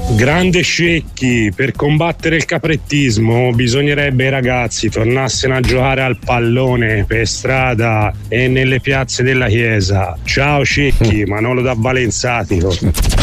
Grande Scecchi, per combattere il caprettismo bisognerebbe i ragazzi tornassero a giocare al pallone per strada e nelle piazze della chiesa. Ciao Scecchi, Manolo da Valenzatico.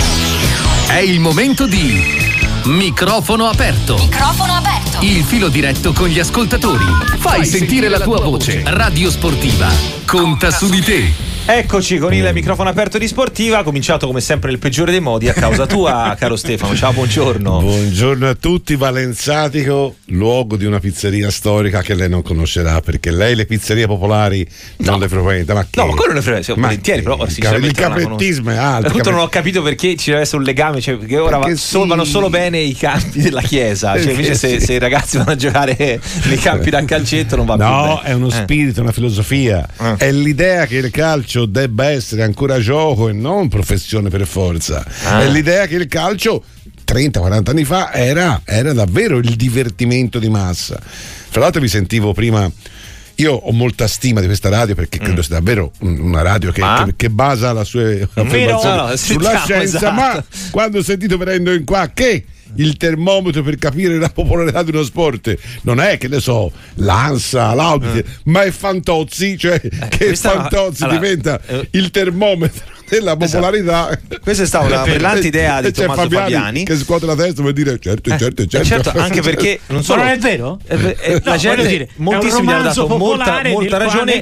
È il momento di Microfono aperto. Microfono aperto. Il filo diretto con gli ascoltatori. Fai sentire la tua voce. Radio Sportiva conta su di te. Eccoci con il microfono aperto di Sportiva, cominciato come sempre nel peggiore dei modi a causa tua, caro Stefano. Ciao, buongiorno. Buongiorno a tutti. Valenzatico, luogo di una pizzeria storica che lei non conoscerà, perché lei le pizzerie popolari non le frequenta. Ma che? No, ma quello non le frequenta, volentieri, però il caprettismo è altro. Appunto non ho capito perché ci deve essere un legame, cioè, perché ora vanno solo bene i campi della chiesa, cioè, invece se i ragazzi vanno a giocare nei campi da calcetto non va più bene. No, è uno spirito, una filosofia. È l'idea che il calcio debba essere ancora gioco e non professione per forza. È l'idea che il calcio 30-40 anni fa era davvero il divertimento di massa. Fra l'altro vi sentivo prima. Io ho molta stima di questa radio perché credo sia davvero una radio che basa la sua affermazione sulla scienza, esatto. Ma quando ho sentito venendo in qua che il termometro per capire la popolarità di uno sport non è, che ne so, l'ANSA, l'Audit, ma è Fantozzi, cioè che Fantozzi diventa il termometro della popolarità. Esatto. Questa è stata una brillante idea di Tommaso Fabiani che scuote la testa per dire certo, anche perché non solo non è vero? La gente, moltissimi hanno dato molta ragione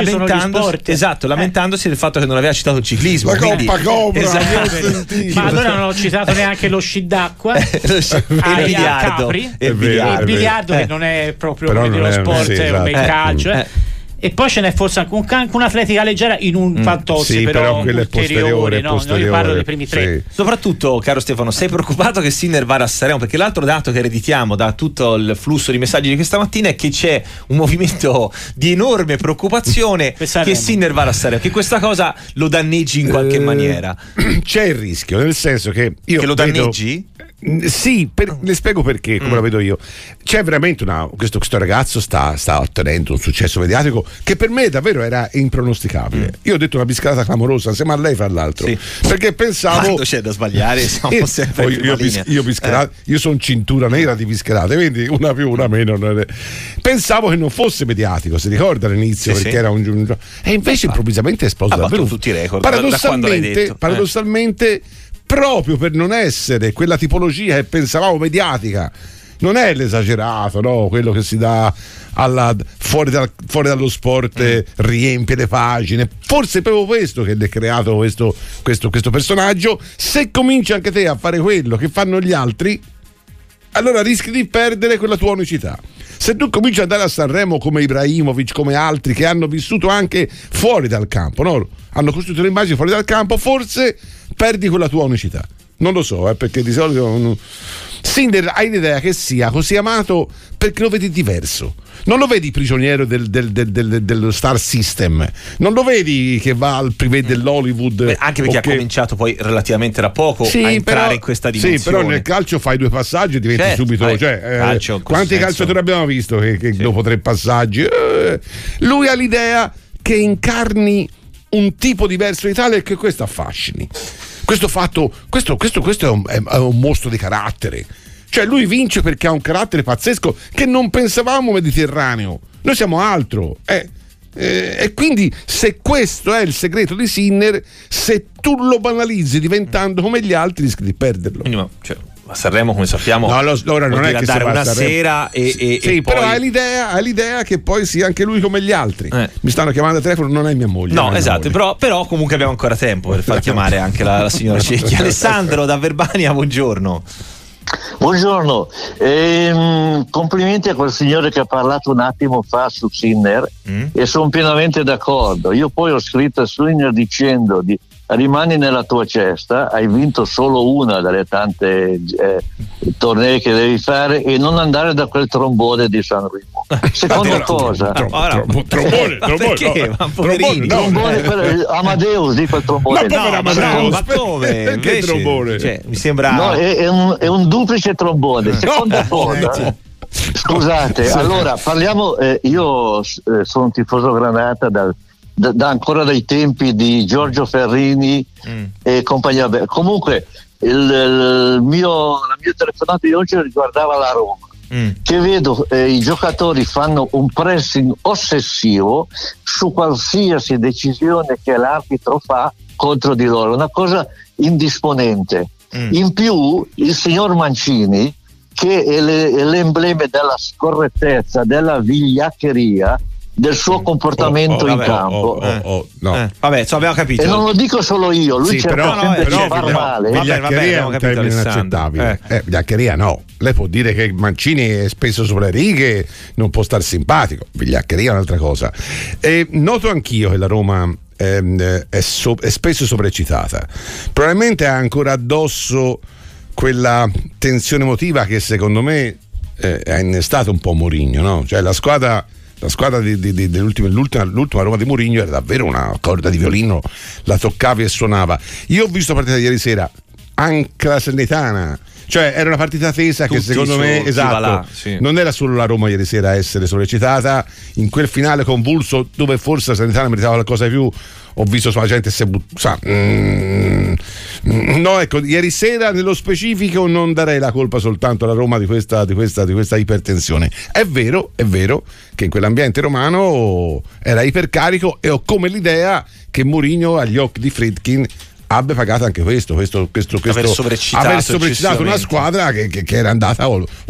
lamentandosi del fatto che non aveva citato il ciclismo, la Coppa Cobra, esatto. Ma allora non ho citato neanche lo sci d'acqua, il biliardo che non è proprio lo sport, come il calcio. E poi ce n'è forse anche un'atletica leggera in un Fantozzi, però quello è posteriore, no? Noi parlo dei primi tre. Soprattutto, caro Stefano, sei preoccupato che Sinner vada a Sanremo? Perché l'altro dato che ereditiamo da tutto il flusso di messaggi di questa mattina è che c'è un movimento di enorme preoccupazione che Sinner vada a Sanremo, che questa cosa lo danneggi in qualche maniera. C'è il rischio, nel senso che io che lo danneggi? Sì, le spiego perché, come la vedo io. C'è veramente questo ragazzo sta ottenendo un successo mediatico che per me davvero era impronosticabile. Io ho detto una biscalata clamorosa insieme a lei, fra l'altro, perché pensavo quando c'è da sbagliare siamo sempre io sono cintura nera di biscalate, quindi una più una meno. Pensavo che non fosse mediatico, si ricorda all'inizio, perché era un e invece improvvisamente è esploso davvero tutti i record. Paradossalmente proprio per non essere quella tipologia che pensavamo mediatica, non è l'esagerato, no? Quello che si dà fuori dallo sport, riempie le pagine. Forse è proprio questo che le ha creato questo personaggio. Se cominci anche te a fare quello che fanno gli altri, allora rischi di perdere quella tua unicità. Se tu cominci ad andare a Sanremo come Ibrahimovic, come altri che hanno vissuto anche fuori dal campo, no? Hanno costruito un'immagine fuori dal campo, forse perdi quella tua unicità. Non lo so, perché di solito Sinner hai l'idea che sia così amato perché lo vedi diverso. Non lo vedi prigioniero dello star system, non lo vedi che va al privé dell'Hollywood. Anche perché ha cominciato poi relativamente da poco a entrare in questa dimensione. Sì, però nel calcio fai 2 passaggi e diventi subito. Quanti calciatori abbiamo visto che dopo 3 passaggi? Lui ha l'idea che incarni un tipo diverso di Italia e che questo affascini. Questo è un mostro di carattere. Cioè lui vince perché ha un carattere pazzesco che non pensavamo mediterraneo. Noi siamo altro. E quindi se questo è il segreto di Sinner, se tu lo banalizzi diventando come gli altri, rischi di perderlo. Quindi, a Sanremo, come sappiamo, ora non è che andare una sera e poi... però hai l'idea che poi sia anche lui come gli altri. Mi stanno chiamando al telefono, non è mia moglie. No, esatto, però comunque abbiamo ancora tempo per far chiamare anche la signora Cecchi. Alessandro da Verbania, buongiorno. Buongiorno, complimenti a quel signore che ha parlato un attimo fa su Sinner e sono pienamente d'accordo. Io poi ho scritto a Sinner dicendo rimani nella tua cesta, hai vinto solo una delle tante tornei che devi fare e non andare da quel trombone di Sanremo. Seconda cosa, trombone per Amadeus, dico il trombone. Ma come? Che trombone? Cioè, mi sembra è un duplice trombone. Seconda cosa, scusate, allora parliamo, io sono un tifoso granata da ancora dai tempi di Giorgio Ferrini e compagnia. Comunque la mia telefonata di oggi riguardava la Roma. Che vedo i giocatori fanno un pressing ossessivo su qualsiasi decisione che l'arbitro fa contro di loro, una cosa indisponente. In più il signor Mancini, che è l'emblema della scorrettezza, della vigliaccheria, del suo comportamento in campo. No. Vabbè, abbiamo capito. E non lo dico solo io, lui cerca sempre di far male. Vigliaccheria è un termine inaccettabile. Vigliaccheria no. Lei può dire che Mancini è spesso sopra le righe, non può star simpatico. Vigliaccheria è un'altra cosa. E noto anch'io che la Roma è spesso sovraeccitata. Probabilmente ha ancora addosso quella tensione emotiva che secondo me ha innestato un po' Mourinho, no? Cioè la squadra l'ultima Roma di Mourinho era davvero una corda di violino, la toccavi e suonava. Io ho visto la partita di ieri sera, anche la Salernitana, cioè era una partita tesa che secondo me non era solo la Roma ieri sera a essere sollecitata in quel finale convulso dove forse la Salernitana meritava qualcosa di più. Ho visto la gente no, ecco, ieri sera nello specifico non darei la colpa soltanto alla Roma di questa ipertensione. È vero che in quell'ambiente romano era ipercarico e ho come l'idea che Mourinho agli occhi di Friedkin abbia pagato anche questo aver sovraccitato una squadra che era andata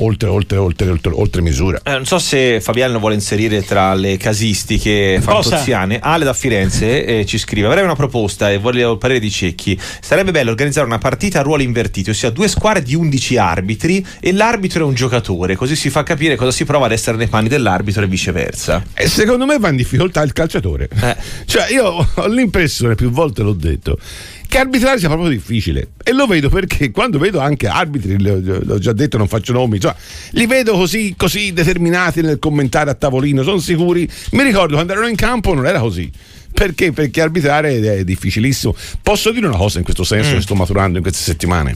oltre misura. Non so se Fabiano vuole inserire tra le casistiche fantoziane. Ale da Firenze ci scrive: avrei una proposta e voglio il parere di Cecchi. Sarebbe bello organizzare una partita a ruoli invertiti, ossia 2 squadre di 11 arbitri e l'arbitro è un giocatore, così si fa capire cosa si prova ad essere nei panni dell'arbitro e viceversa. E secondo me va in difficoltà il calciatore. Cioè io ho l'impressione, più volte l'ho detto, che arbitrare sia proprio difficile, e lo vedo perché quando vedo anche arbitri, l'ho già detto, non faccio nomi, cioè, li vedo così determinati nel commentare a tavolino, sono sicuri. Mi ricordo quando erano in campo non era così. Perché arbitrare è difficilissimo. Posso dire una cosa in questo senso che sto maturando in queste settimane?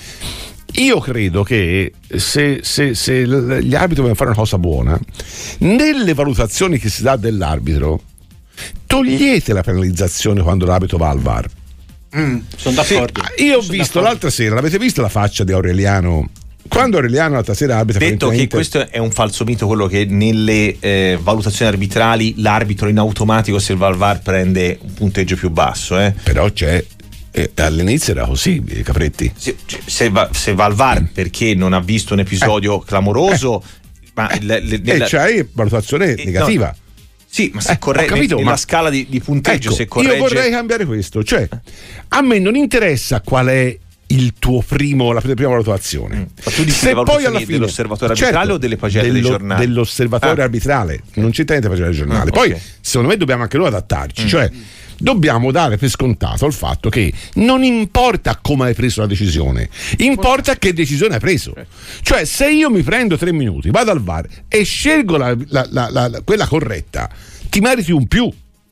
Io credo che se gli arbitri vogliono fare una cosa buona, nelle valutazioni che si dà dell'arbitro, togliete la penalizzazione quando l'arbitro va al VAR. Sono d'accordo. Io ho visto l'altra sera, l'avete vista la faccia di Aureliano? Quando Aureliano l'altra sera arbitra, detto che questo è un falso mito, quello che nelle valutazioni arbitrali l'arbitro in automatico, se va al VAR, prende un punteggio più basso. Però c'è. All'inizio era così, Capretti. Se va al VAR perché non ha visto un episodio clamoroso, ma c'hai valutazione negativa. No. Sì, ma se corregge nella scala di punteggio, se corregge. Io vorrei cambiare questo, cioè a me non interessa qual è la tua prima valutazione. Ma tu dici se poi alla fine dell'osservatore arbitrale o delle pagine dei giornali? Dell'osservatore arbitrale, non c'è niente pagine dei giornali. Poi secondo me dobbiamo anche noi adattarci, cioè dobbiamo dare per scontato il fatto che non importa come hai preso la decisione, importa che decisione hai preso. Cioè se io mi prendo 3 minuti, vado al VAR e scelgo quella corretta, ti meriti un più.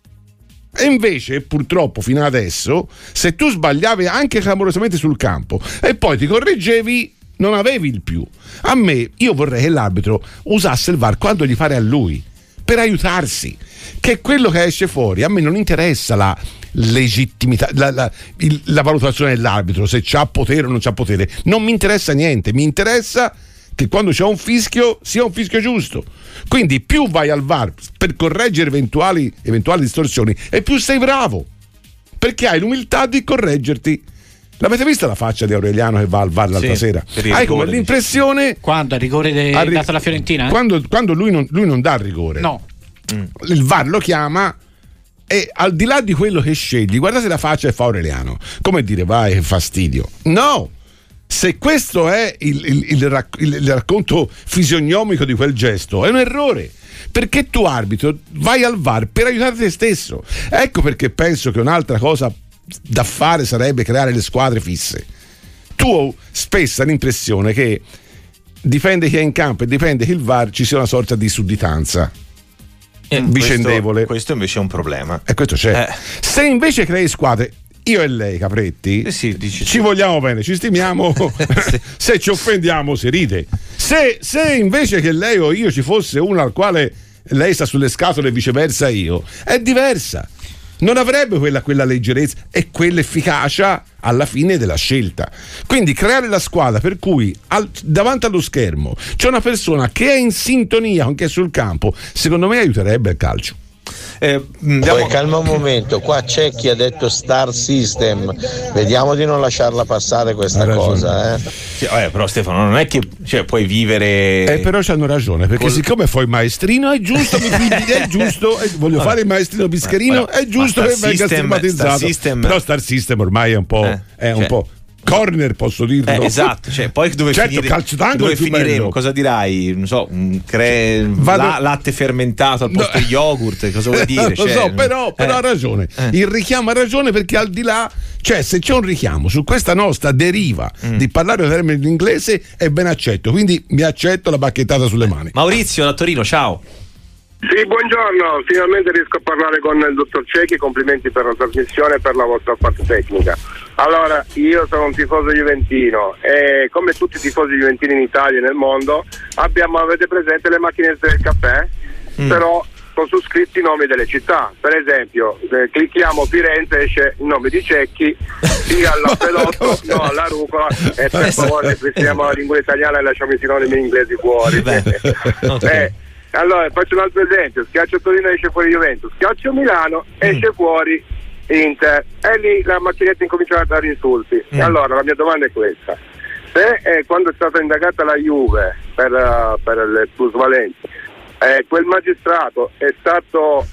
E invece purtroppo fino adesso, se tu sbagliavi anche clamorosamente sul campo e poi ti correggevi, non avevi il più. Io vorrei che l'arbitro usasse il VAR quando gli pare a lui, per aiutarsi, che è quello che esce fuori. A me non interessa la legittimità, la valutazione dell'arbitro, se c'ha potere o non c'ha potere, non mi interessa niente. Mi interessa che quando c'è un fischio sia un fischio giusto. Quindi più vai al VAR per correggere eventuali distorsioni e più sei bravo, perché hai l'umiltà di correggerti. L'avete vista la faccia di Aureliano che va al VAR l'altra sera? Hai come l'impressione quando il rigore dato alla Fiorentina? Quando lui non dà il rigore. No. Il VAR lo chiama e al di là di quello che scegli, guardate la faccia che fa Aureliano, come dire vai che fastidio. No! Se questo è il racconto fisionomico di quel gesto, è un errore, perché tu arbitro vai al VAR per aiutare te stesso. Ecco perché penso che un'altra cosa da fare sarebbe creare le squadre fisse. Tu spesso hai l'impressione che dipende chi è in campo e dipende che il VAR ci sia una sorta di sudditanza vicendevole. Questo invece è un problema. E questo c'è. Se invece crei squadre, io e lei Capretti ci vogliamo bene, ci stimiamo. Se ci offendiamo si ride. Se invece che lei o io ci fosse uno al quale lei sta sulle scatole e viceversa io, è diversa. non avrebbe quella leggerezza e quell'efficacia alla fine della scelta. Quindi creare la squadra per cui davanti allo schermo c'è una persona che è in sintonia anche sul campo, secondo me aiuterebbe il calcio. Poi calma un momento, qua c'è chi ha detto Star System, vediamo di non lasciarla passare questa cosa. Sì, però Stefano, non è che puoi vivere. Però c'hanno ragione, perché siccome fai il maestrino è giusto, è giusto, voglio fare il maestrino bischerino, è giusto che venga stigmatizzato. Però Star System ormai è un po'. Un po' corner, posso dirlo. Esatto, poi dove finiremo? Cosa dirai? Non so, latte fermentato al posto di yogurt, cosa vuol dire? Lo so, però ha ragione. Il richiamo ha ragione, perché al di là, se c'è un richiamo su questa nostra deriva di parlare termini in inglese, è ben accetto. Quindi mi accetto la bacchettata sulle mani. Maurizio da Torino, ciao. Sì, buongiorno, finalmente riesco a parlare con il dottor Cecchi, complimenti per la trasmissione e per la vostra parte tecnica. Allora, io sono un tifoso juventino e come tutti i tifosi juventini in Italia e nel mondo avete presente le macchinette del caffè, però sono su scritti i nomi delle città. Per esempio, clicchiamo Firenze, esce il nome di Cecchi, sì alla pelotto, no alla rucola, e per favore scriviamo la lingua italiana e lasciamo i sinonimi inglesi fuori. Allora faccio un altro esempio: schiaccio Torino, esce fuori Juventus, schiaccio Milano, esce fuori Inter, e lì la macchinetta incomincia a dare insulti. E allora la mia domanda è questa: se quando è stata indagata la Juve per le plusvalenze, quel magistrato è stato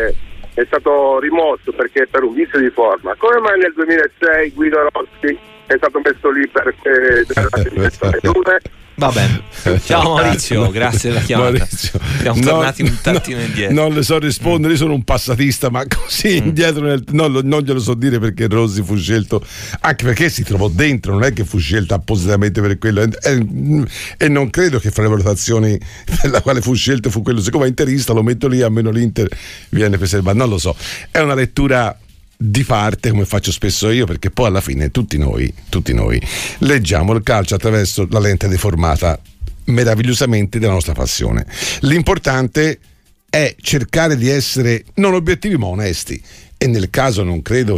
rimosso perché per un vizio di forma, come mai nel 2006 Guido Rossi è stato messo lì per la Juve? Va bene, ciao Maurizio, grazie della chiamata. Siamo tornati un tantino indietro. Non le so rispondere, io sono un passatista, ma così indietro non glielo so dire, perché Rossi fu scelto, anche perché si trovò dentro, non è che fu scelto appositamente per quello, e non credo che fra le valutazioni per la quale fu scelto fu quello. Siccome è interista, lo metto lì, almeno l'Inter viene preservato. Non lo so, è una lettura di parte, come faccio spesso io, perché poi alla fine tutti noi leggiamo il calcio attraverso la lente deformata meravigliosamente della nostra passione. L'importante è cercare di essere non obiettivi ma onesti, e nel caso non credo,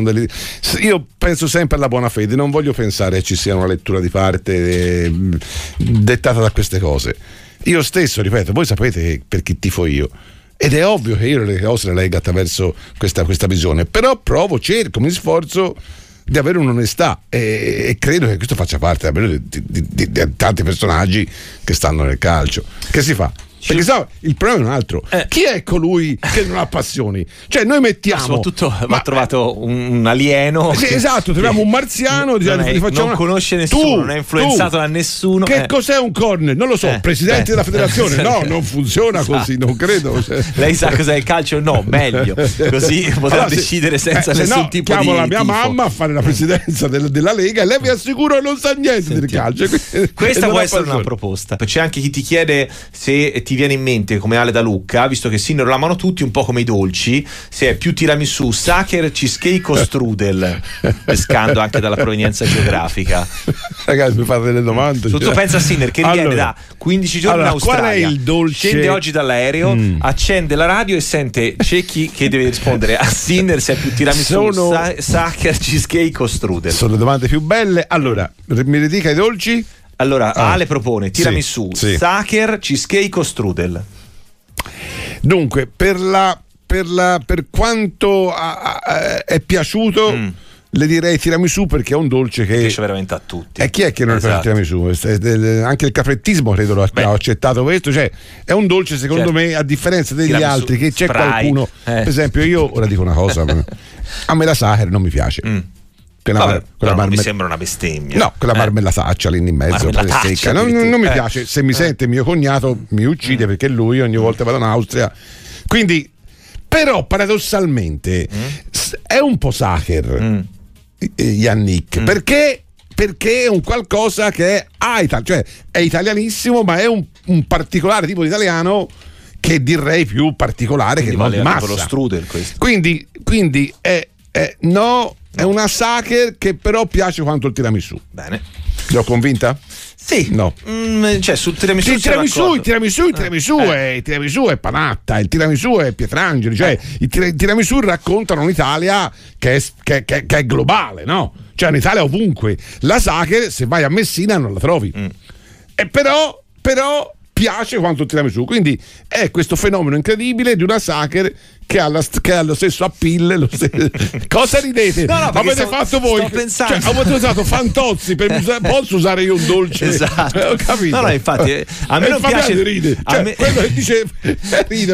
io penso sempre alla buona fede, non voglio pensare che ci sia una lettura di parte dettata da queste cose. Io stesso, ripeto, voi sapete per chi tifo io, ed è ovvio che io le cose le leggo attraverso questa visione, però cerco, mi sforzo di avere un'onestà, e credo che questo faccia parte almeno di tanti personaggi che stanno nel calcio. Che si fa? Perché il problema è un altro. Chi è colui che non ha passioni? Noi mettiamo. Ma soprattutto va trovato un alieno. Sì, esatto, troviamo un marziano. Non conosce nessuno, non è influenzato da nessuno. Che cos'è un corner? Non lo so, presidente della federazione. No, non funziona così, non credo. Lei sa cos'è il calcio? No, meglio. Così potrà decidere senza nessun tipo di. Chiamo la mia mamma a fare la presidenza della Lega, e lei vi assicuro non sa niente del calcio. Questa può essere una proposta. C'è anche chi ti chiede se ti viene in mente, come Ale da Lucca, visto che Sinner lo amano tutti, un po' come i dolci, se è più tiramisù, sacher, cheesecake o strudel, pescando anche dalla provenienza geografica. Ragazzi, mi fate delle domande. Tu pensa a Sinner che viene da 15 giorni in Australia, qual è il dolce? Scende oggi dall'aereo, accende la radio e sente Cecchi che deve rispondere a Sinner se è più tiramisù, sacher, cheesecake o strudel. Sono le domande più belle. Allora, mi ridica i dolci? Allora, Ale propone tiramisù, sacher, cheesecake o strudel. Dunque, per quanto è piaciuto, le direi tiramisù, perché è un dolce che piace veramente a tutti. E chi è che non piace il tiramisù? Anche il caprettismo credo lo ha accettato questo. È un dolce, secondo me, a differenza degli altri, che c'è qualcuno. Per esempio, io ora dico una cosa: a me la sacher non mi piace. Quella mi sembra una bestemmia. No, quella marmellataccia lì in mezzo, secca. Non mi piace. Se mi sente mio cognato mi uccide, perché lui ogni volta vado in Austria. Quindi, però, paradossalmente è un po' sacher, Yannick, perché è un qualcosa che è italianissimo, ma è un particolare tipo di italiano, che direi più particolare, quindi che non di massa. Lo strudel, questo. Quindi è una sacher che però piace quanto il tiramisù. Bene. Ti ho convinta? Sì, no. Cioè sul tiramisù il tiramisù è Panatta, il tiramisù è Pietrangeli, cioè il tiramisù raccontano un'Italia che è globale, no? Cioè un'Italia ovunque. La Sacher, se vai a Messina, non la trovi. E però piace quanto il tiramisù, quindi è questo fenomeno incredibile di una Sacher che ha lo stesso appeal, cosa ridete? No, avete fatto voi? Cioè, avete usato Fantozzi posso usare io un dolce? Esatto. Ho capito. No, infatti a me non piace. Ride. Cioè, quello che dice ride,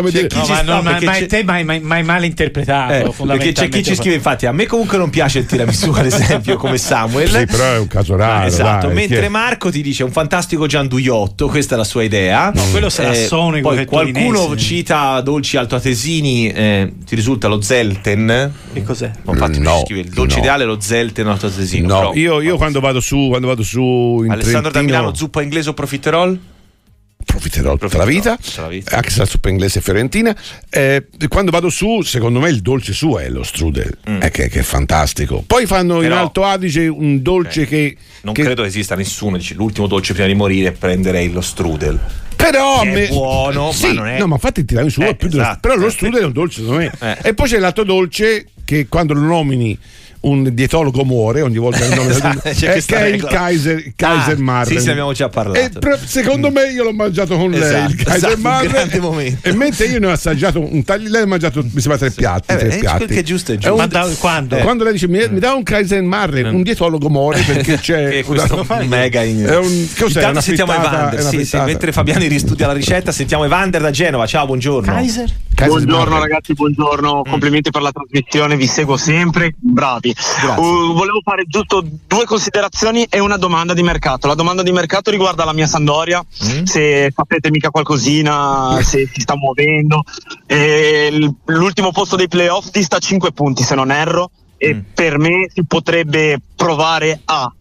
ma hai male interpretato. Perché c'è chi ci scrive, infatti, a me comunque non piace il tiramisù, ad esempio, come Samuel. Sì, però è un caso raro. Esatto. Mentre Marco ti dice un fantastico gianduiotto, questa è la sua idea. No, quello sarà sonico. Poi qualcuno cita dolci altoatesini. Ti risulta lo Zelten? Che cos'è? Infatti scrive il dolce ideale è lo Zelten altoatesino. No, io quando vado su in Alessandro da Milano, zuppa inglese o profiterol? Profiterol tutta la vita, anche se la zuppa inglese è fiorentina. Quando vado su, secondo me il dolce su è lo strudel, che è fantastico. Poi fanno in Alto Adige un dolce che non credo esista nessuno. Dice, l'ultimo dolce prima di morire prenderei lo strudel. Però è buono, sì, ma non è. No, ma infatti il tiramisù è più però lo strudel è un dolce, secondo me. E poi c'è l'altro dolce che quando lo nomini un dietologo muore ogni volta che nomina che è il Kaiser Marren. Sì, ne abbiamo già parlato. Secondo me io l'ho mangiato con lei il Kaiser Marren, e mentre io ne ho assaggiato un taglio, lei ha mangiato mi sembra 3 piatti. Che è giusto, è giusto. Quando lei dice mi dà un Kaiser Marren, un dietologo muore perché c'è questo mega intanto sentiamo Evander, mentre Fabiani ristudia la ricetta, sentiamo Evander da Genova. Ciao, buongiorno. Kaiser buongiorno ragazzi, buongiorno, complimenti per la trasmissione, vi seguo sempre, bravi. Volevo fare giusto 2 considerazioni e una domanda di mercato. La domanda di mercato riguarda la mia Sampdoria, se sapete mica qualcosina, se si sta muovendo. L'ultimo posto dei playoff dista 5 punti se non erro, e per me si potrebbe provare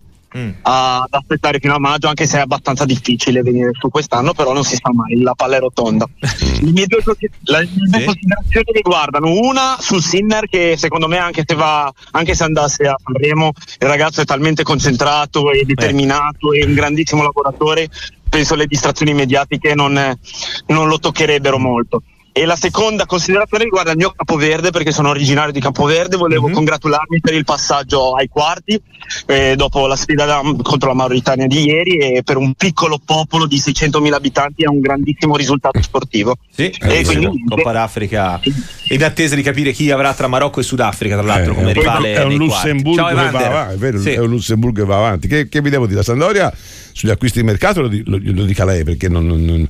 ad aspettare fino a maggio, anche se è abbastanza difficile venire su quest'anno, però non si sa mai, la palla è rotonda. Le mie due considerazioni riguardano una sul Sinner, che secondo me anche se andasse a Sanremo, il ragazzo è talmente concentrato e determinato, è un grandissimo lavoratore, penso le distrazioni mediatiche non lo toccherebbero molto. E la seconda considerazione riguarda il mio Capoverde, perché sono originario di Capoverde. Volevo congratularmi per il passaggio ai quarti dopo la sfida contro la Mauritania di ieri, e per un piccolo popolo di 600.000 abitanti è un grandissimo risultato sportivo. Sì, e quindi Coppa d'Africa in attesa di capire chi avrà tra Marocco e Sudafrica, tra l'altro, come rivale. È un Lussemburgo che va avanti, è vero, è un Lussemburgo che va avanti. Che vi devo dire? La Sampdoria sugli acquisti di mercato lo dica lei, perché non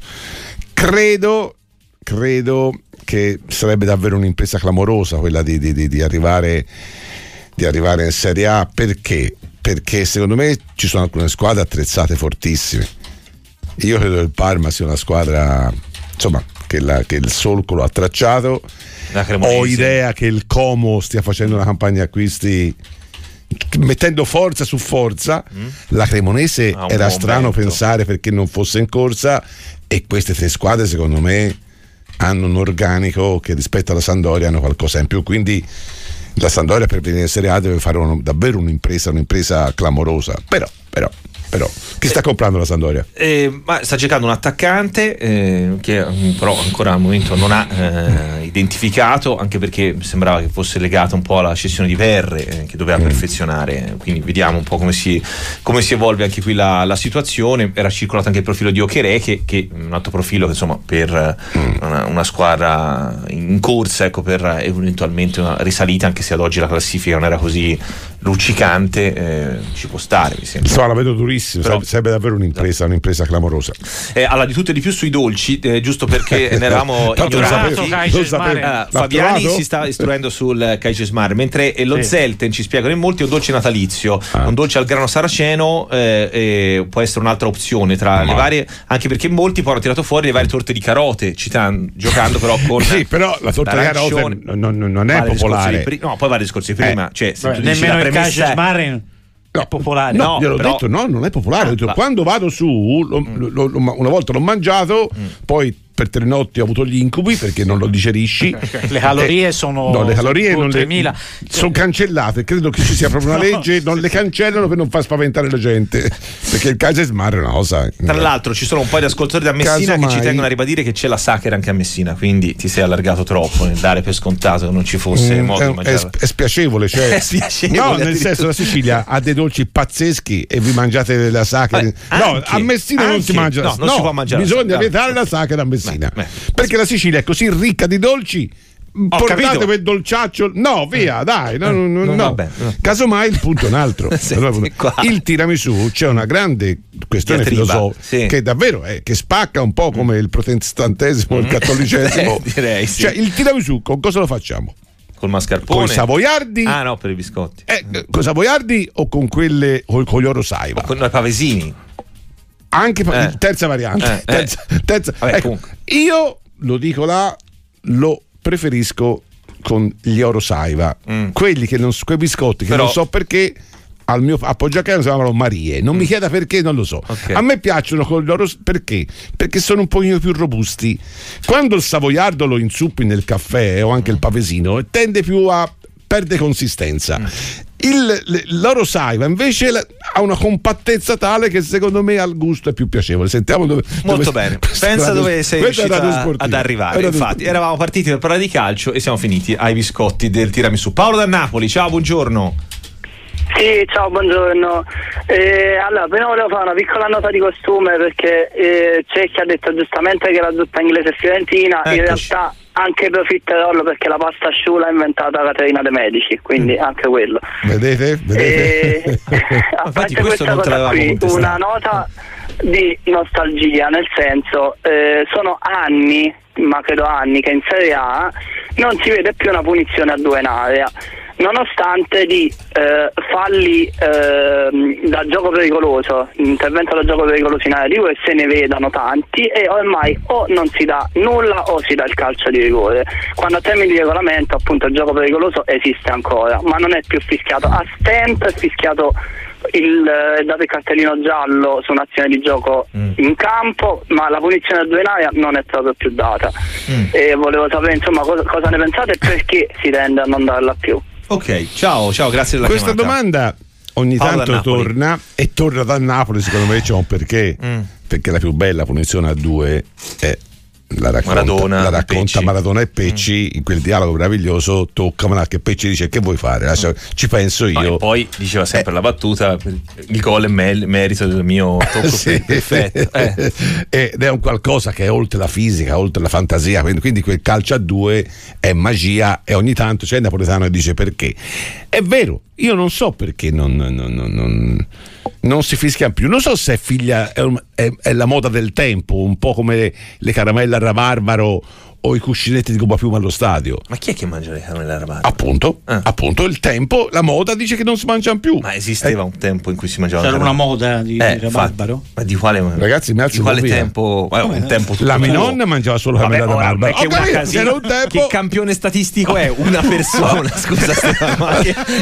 credo che sarebbe davvero un'impresa clamorosa quella di arrivare in Serie A, perché secondo me ci sono alcune squadre attrezzate fortissime. Io credo che il Parma sia una squadra, insomma, che il solco lo ha tracciato. Ho idea che il Como stia facendo una campagna acquisti mettendo forza su forza. La Cremonese era strano pensare perché non fosse in corsa, e queste 3 squadre secondo me hanno un organico che rispetto alla Sampdoria hanno qualcosa in più, quindi la Sampdoria per venire in Serie A deve fare davvero un'impresa clamorosa, però chi sta comprando la Sampdoria? Ma sta cercando un attaccante che però ancora al momento non ha identificato, anche perché sembrava che fosse legato un po' alla cessione di Verre, che doveva perfezionare, quindi vediamo un po' come si evolve anche qui la situazione. Era circolato anche il profilo di Ocherè, che è un altro profilo che insomma per una squadra in corsa, ecco, per eventualmente una risalita, anche se ad oggi la classifica non era così luccicante, ci può stare, mi sembra. La vedo durissima, sarebbe davvero un'impresa clamorosa. Allora, di tutto e di più sui dolci, giusto perché ne eravamo ignorati. Fabiani si sta istruendo sul Kaiser, mentre lo Zelten, ci spiegano in molti, è un dolce natalizio, un dolce al grano saraceno, può essere un'altra opzione tra le varie, anche perché molti poi hanno tirato fuori le varie torte di carote, giocando però con sì, però la torta di carote non è popolare. No, poi va a discorsi prima, cioè nemmeno il Kaiser è popolare. No, gliel'ho detto, no, non è popolare. Quando vado su, una volta l'ho mangiato, poi per 3 notti ho avuto gli incubi perché non lo digerisci. Le calorie sono no, le calorie non 3.000. sono cancellate, credo che ci sia proprio una legge, non le cancellano per non far spaventare la gente, perché il Kaiser Smar è una cosa. Tra l'altro ci sono un po' di ascoltatori da Messina che ci tengono a ribadire che c'è la Sacher anche a Messina, quindi ti sei allargato troppo nel dare per scontato che non ci fosse modo di mangiare. È spiacevole, cioè. È spiacevole, no, nel senso, la Sicilia ha dei dolci pazzeschi e vi mangiate la Sacher. No, a Messina non si mangia. No, non si può mangiare. Bisogna vietare la Sacher a Messina. Perché la Sicilia è così ricca di dolci. Portate quel dolciaccio, no, via, dai, no. Vabbè, no. Casomai il punto è un altro. Il tiramisù, c'è una grande questione filosofica che davvero che spacca un po' come il protestantesimo, il cattolicesimo. Direi sì. Cioè, il tiramisù con cosa lo facciamo? Col mascarpone? Con i savoiardi? Ah no, per i biscotti. Con i savoiardi o con quelle con gli orosaiba? O con i pavesini. Anche terza variante. Terza. Vabbè, ecco, io lo dico là, lo preferisco con gli orosaiba, quelli che non quei biscotti che però non so perché al mio appoggiacano si chiamano Marie, non mi chieda perché, non lo so. A me piacciono con loro perché sono un pochino più robusti. Quando il savoiardo lo inzuppi nel caffè o anche il pavesino tende più a perdere consistenza. L'orosaiba invece ha una compattezza tale che secondo me al gusto è più piacevole. Sentiamo molto bene. Pensa dove sei riuscito ad arrivare. Infatti eravamo partiti per parlare di calcio e siamo finiti ai biscotti del tiramisù. Paolo da Napoli, ciao, buongiorno. Sì, ciao, buongiorno. Allora, prima volevo fare una piccola nota di costume perché c'è chi ha detto giustamente che la zuppa inglese è fiorentina. In realtà anche profiterollo perché la pasta asciutta l'ha inventata Caterina De Medici, quindi anche quello. Vedete? A parte questa cosa qui, una nota di nostalgia, nel senso sono anni, ma credo anni, che in Serie A non si vede più una punizione a 2 in area, nonostante di falli da gioco pericoloso, intervento da gioco pericoloso in area di rigore se ne vedano tanti, e ormai o non si dà nulla o si dà il calcio di rigore, quando a termini di regolamento appunto il gioco pericoloso esiste ancora, ma non è più fischiato a stento, è fischiato dato il cartellino giallo su un'azione di gioco in campo, ma la punizione a 2 in area non è proprio più data. E volevo sapere insomma cosa ne pensate e perché si tende a non darla più. Ok, ciao, grazie della questa chiamata. Domanda ogni tanto torna e torna dal Napoli, secondo me c'è un perché, perché la più bella punizione a 2 è la racconta Maradona e Pecci in quel dialogo meraviglioso. Toccamela, che Pecci dice: che vuoi fare? Ci penso io. E poi diceva sempre la battuta: il gol è merito del mio tocco perfetto. Ed è un qualcosa che è oltre la fisica, oltre la fantasia, quindi quel calcio a 2 è magia. E ogni tanto c'è il napoletano e dice: perché? È vero, io non so perché non si fischia più. Non so se è figlia è la moda del tempo, un po' come le caramelle al rabarbaro o i cuscinetti di gomma piuma allo stadio. Ma chi è che mangia le caramelle al rabarbaro? Appunto, il tempo, la moda dice che non si mangiano più. Ma esisteva un tempo in cui si mangiava? C'era una moda di rabarbaro? Ma di quale? Ragazzi, mi alzo di quale tempo? Un tempo tutto la mia nonna mangiava solo caramelle al rabarbaro. C'era un tempo. Che campione statistico è una persona? Scusa Stefano,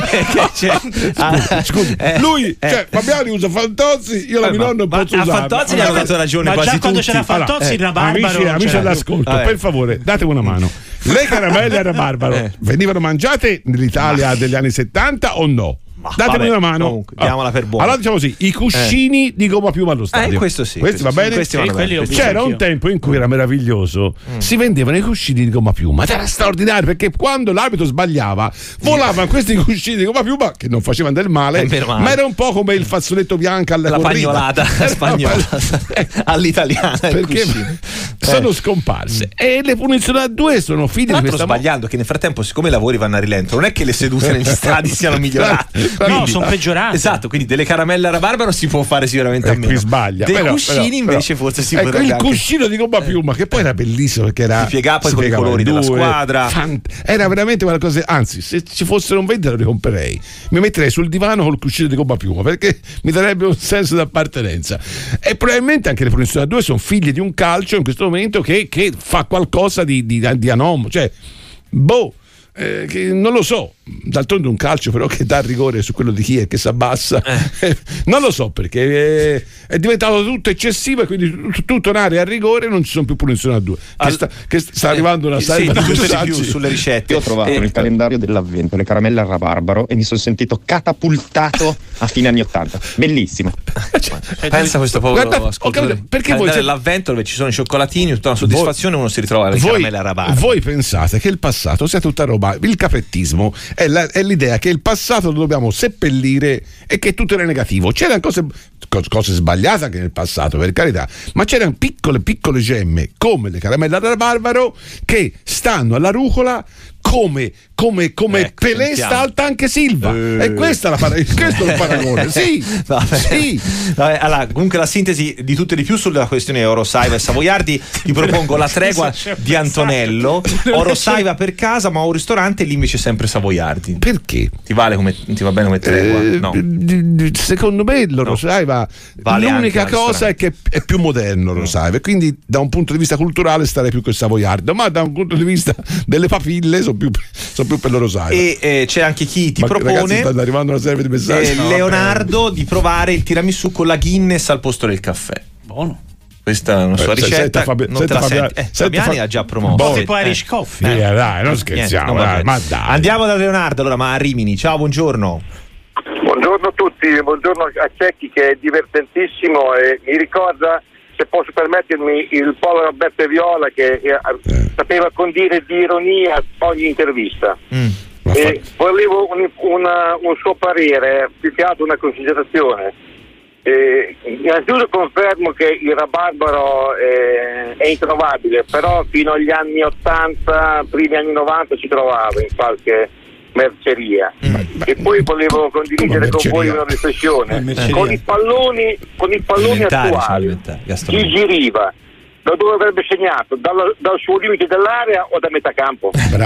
scusa, lui, cioè Fabiani usa Fantozzi, io la mia nonna non posso usare. A Fantozzi gli hanno dato ragione quasi tutti. Ma già quando c'era Fantozzi il rabarbaro. Amici all'ascolto, per favore, datemi una mano. Le caramelle al rabarbaro venivano mangiate nell'Italia degli anni 70 o no? Datemi una mano. Comunque, diamola per buona. Allora diciamo così, i cuscini di gomma piuma allo stadio. Questo sì. Questi va bene? C'era un tempo in cui era meraviglioso. Si vendevano i cuscini di gomma piuma. Era straordinario perché quando l'arbitro sbagliava volavano questi cuscini di gomma piuma che non facevano del male, ma era un po' come il fazzoletto bianco alla pagnolata spagnola all'italiana. Perché sono scomparse. E le punizioni a 2 sono figlie di questa sbagliando che nel frattempo, siccome i lavori vanno a rilento, non è che le sedute negli stadi siano migliorate. No, sono peggiorate. Esatto, quindi delle caramelle a rabarbaro si può fare sicuramente a meno. Qui sbaglia. Dei cuscini invece forse si potrebbe il cuscino di gomma piuma che poi era bellissimo perché era si piegava poi con i colori della squadra. Era veramente qualcosa, anzi, se ci fossero un vendere lo ricomprerei. Mi metterei sul divano col cuscino di gomma piuma perché mi darebbe un senso di appartenenza. E probabilmente anche le punizioni a 2 sono figlie di un calcio in questo momento che fa qualcosa di anomalo, cioè che non lo so, d'altronde un calcio però che dà rigore su quello di chi è che si abbassa, non lo so perché è diventato tutto eccessivo e quindi tutto un'area a rigore, non ci sono più punizioni a 2 che sta arrivando una salva di più sulle ricette. Io ho trovato nel calendario dell'avvento le caramelle al rabarbaro e mi sono sentito catapultato a fine anni 80, bellissimo. Pensa a questo povero ascoltatore, perché voi dell'avvento dove ci sono i cioccolatini, tutta una soddisfazione, uno si ritrova le caramelle al rabarbaro. Voi pensate che il passato sia tutta roba, il caprettismo è l'idea che il passato lo dobbiamo seppellire e che tutto era negativo. C'erano cose sbagliate anche nel passato, per carità, ma c'erano piccole gemme come le caramelle al rabarbaro che stanno alla rucola come Pelé sta al Tanque Silva, e questo è il paragone. Sì. Vabbè, allora, comunque la sintesi di tutto e di più sulla questione Eurosaiva e Savoiardi, ti propongo la tregua di Antonello. Eurosaiva per casa, ma un ristorante, lì invece sempre Savoiardi. Perché? Ti va bene come tregua? No. Secondo me l'Eurosaiva vale, l'unica cosa è che è più moderno l'Eurosaiva, e quindi da un punto di vista culturale starei più col Savoiardo, ma da un punto di vista delle papille sono più per l'Eurosaiva. E c'è anche chi ti propone, ragazzi, stanno arrivando una serie di messaggi, Leonardo, di provare il tiramisù con la Guinness al posto del caffè. Buono. Questa è una sua ricetta, non te la senti. Fabiani l'ha già promosso. Tipo Irish Coffee. Dai, non scherziamo, ma dai. Andiamo da Leonardo, allora, ma a Rimini. Ciao, buongiorno. Buongiorno a tutti, buongiorno a Cecchi, che è divertentissimo e mi ricorda, se posso permettermi, il povero Beppe Viola che sapeva condire di ironia ogni intervista. E volevo un suo parere, più che altro una considerazione. Innanzitutto confermo che il rabarbaro è introvabile, però fino agli anni 80, primi anni 90 si trovava in qualche merceria. E poi volevo condividere con voi una riflessione con i palloni attuali. Gigi Riva da dove avrebbe segnato? Dal suo limite dell'area o da metà campo?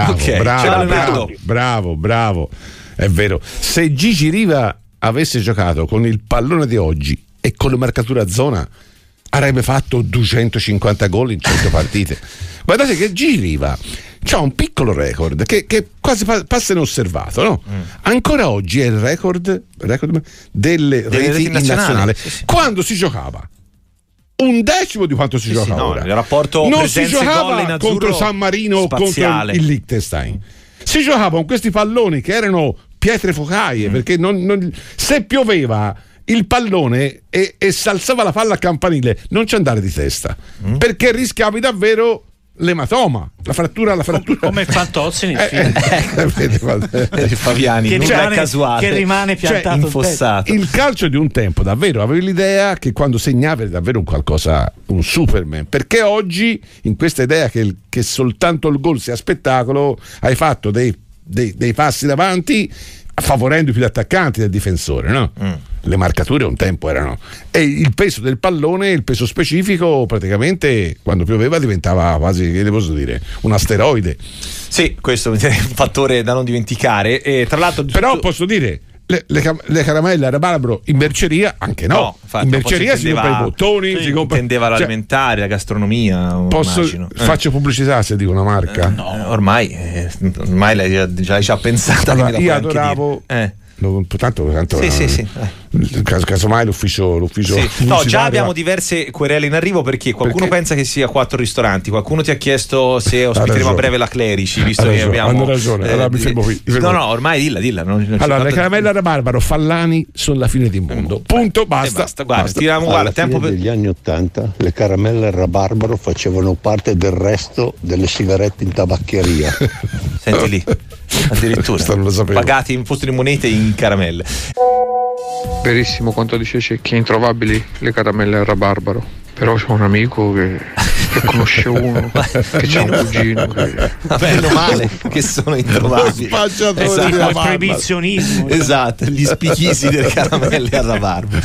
Bravo, è vero. Se Gigi Riva avesse giocato con il pallone di oggi e con le marcature a zona, avrebbe fatto 250 gol in 100 partite. Guardate che Gigi Riva c'ha un piccolo record che quasi passa inosservato, no? Ancora oggi è il record delle reti in nazionale. Sì. Quando si giocava un decimo di quanto si gioca ora. Il rapporto non si giocava contro San Marino o contro il Liechtenstein. Si giocava con questi palloni che erano pietre focaie, perché se pioveva il pallone e si alzava la palla a campanile, non ci andare di testa, perché rischiavi davvero l'ematoma, la frattura come Fantozzi nel Fabiani, che rimane piantato, infossato. Il calcio di un tempo davvero avevi l'idea che quando segnavi era davvero un Superman, perché oggi in questa idea che soltanto il gol sia spettacolo hai fatto dei passi davanti favorendo più gli attaccanti del difensore, no? Le marcature un tempo erano, e il peso del pallone, il peso specifico, praticamente quando pioveva diventava quasi, che posso dire, un asteroide. Sì, questo è un fattore da non dimenticare. E tra l'altro, però posso dire, le caramelle al rabarbaro in merceria anche no infatti, in merceria si compra i bottoni, si compra, intendeva l'alimentare, la gastronomia. Faccio pubblicità se dico una marca? No, ormai lei già ha pensato. Allora, io adoravo tanto sì. Casomai l'ufficio no, già abbiamo diverse querele in arrivo perché qualcuno pensa che sia 4 ristoranti, qualcuno ti ha chiesto se ospiteremo a breve la Clerici, visto che abbiamo. Hanno ragione, allora mi fermo qui. No, ormai dilla. Allora, le caramelle al rabarbaro Fallani sono la fine del mondo. Punto, basta. Guarda, tiriamo, guarda, tempo per negli anni 80 le caramelle al rabarbaro facevano parte del resto delle sigarette in tabaccheria. Senti lì, addirittura pagati in posto di monete in caramelle. Verissimo quanto dice Cecchi, introvabili le caramelle al rabarbaro. Però c'ho un amico che conosce uno che c'ha un cugino che... Meno male che sono introvabili. Il proibizionismo. Esatto, gli spichisi delle caramelle al rabarbaro.